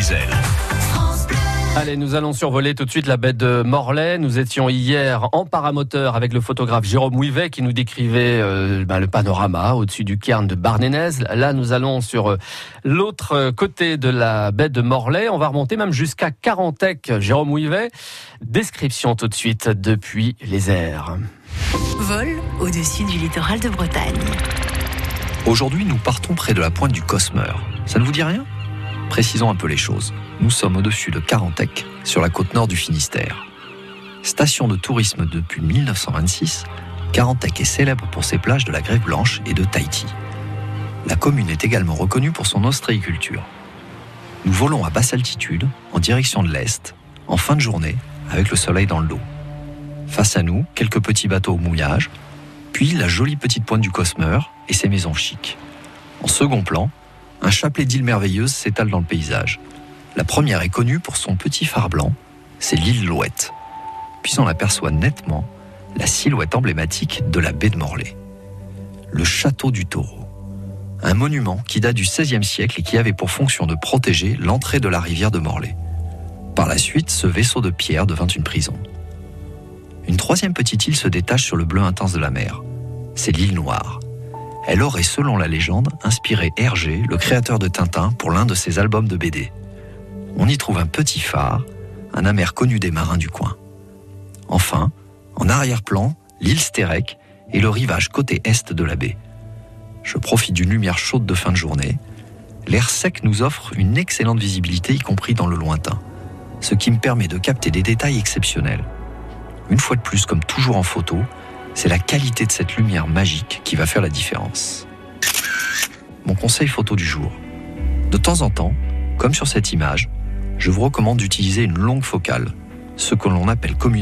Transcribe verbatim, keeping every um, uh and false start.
Moselle. Allez, nous allons survoler tout de suite la baie de Morlaix. Nous étions hier en paramoteur avec le photographe Jérôme Ouivet qui nous décrivait euh, ben, le panorama au-dessus du cairn de Barnénez. Là, nous allons sur euh, l'autre côté de la baie de Morlaix. On va remonter même jusqu'à Carantec. Jérôme Ouivet, description tout de suite depuis les airs. Vol au-dessus du littoral de Bretagne. Aujourd'hui, nous partons près de la pointe du Cosmer. Ça ne vous dit rien ? Précisons un peu les choses. Nous sommes au-dessus de Carantec, sur la côte nord du Finistère. Station de tourisme depuis mille neuf cent vingt-six, Carantec est célèbre pour ses plages de la Grève Blanche et de Tahiti. La commune est également reconnue pour son ostréiculture. Nous volons à basse altitude, en direction de l'est, en fin de journée, avec le soleil dans le dos. Face à nous, quelques petits bateaux au mouillage, puis la jolie petite pointe du Cosmer et ses maisons chics. En second plan, un chapelet d'îles merveilleuses s'étale dans le paysage. La première est connue pour son petit phare blanc, c'est l'île Louette. Puis on aperçoit nettement la silhouette emblématique de la baie de Morlaix. Le château du Taureau, un monument qui date du seizième siècle et qui avait pour fonction de protéger l'entrée de la rivière de Morlaix. Par la suite, ce vaisseau de pierre devint une prison. Une troisième petite île se détache sur le bleu intense de la mer, c'est l'île Noire. Elle aurait, selon la légende, inspiré Hergé, le créateur de Tintin, pour l'un de ses albums de B D. On y trouve un petit phare, un amer connu des marins du coin. Enfin, en arrière-plan, l'île Stérec et le rivage côté est de la baie. Je profite d'une lumière chaude de fin de journée. L'air sec nous offre une excellente visibilité, y compris dans le lointain, ce qui me permet de capter des détails exceptionnels. Une fois de plus, comme toujours en photo, c'est la qualité de cette lumière magique qui va faire la différence. Mon conseil photo du jour. De temps en temps, comme sur cette image, je vous recommande d'utiliser une longue focale, ce que l'on appelle communément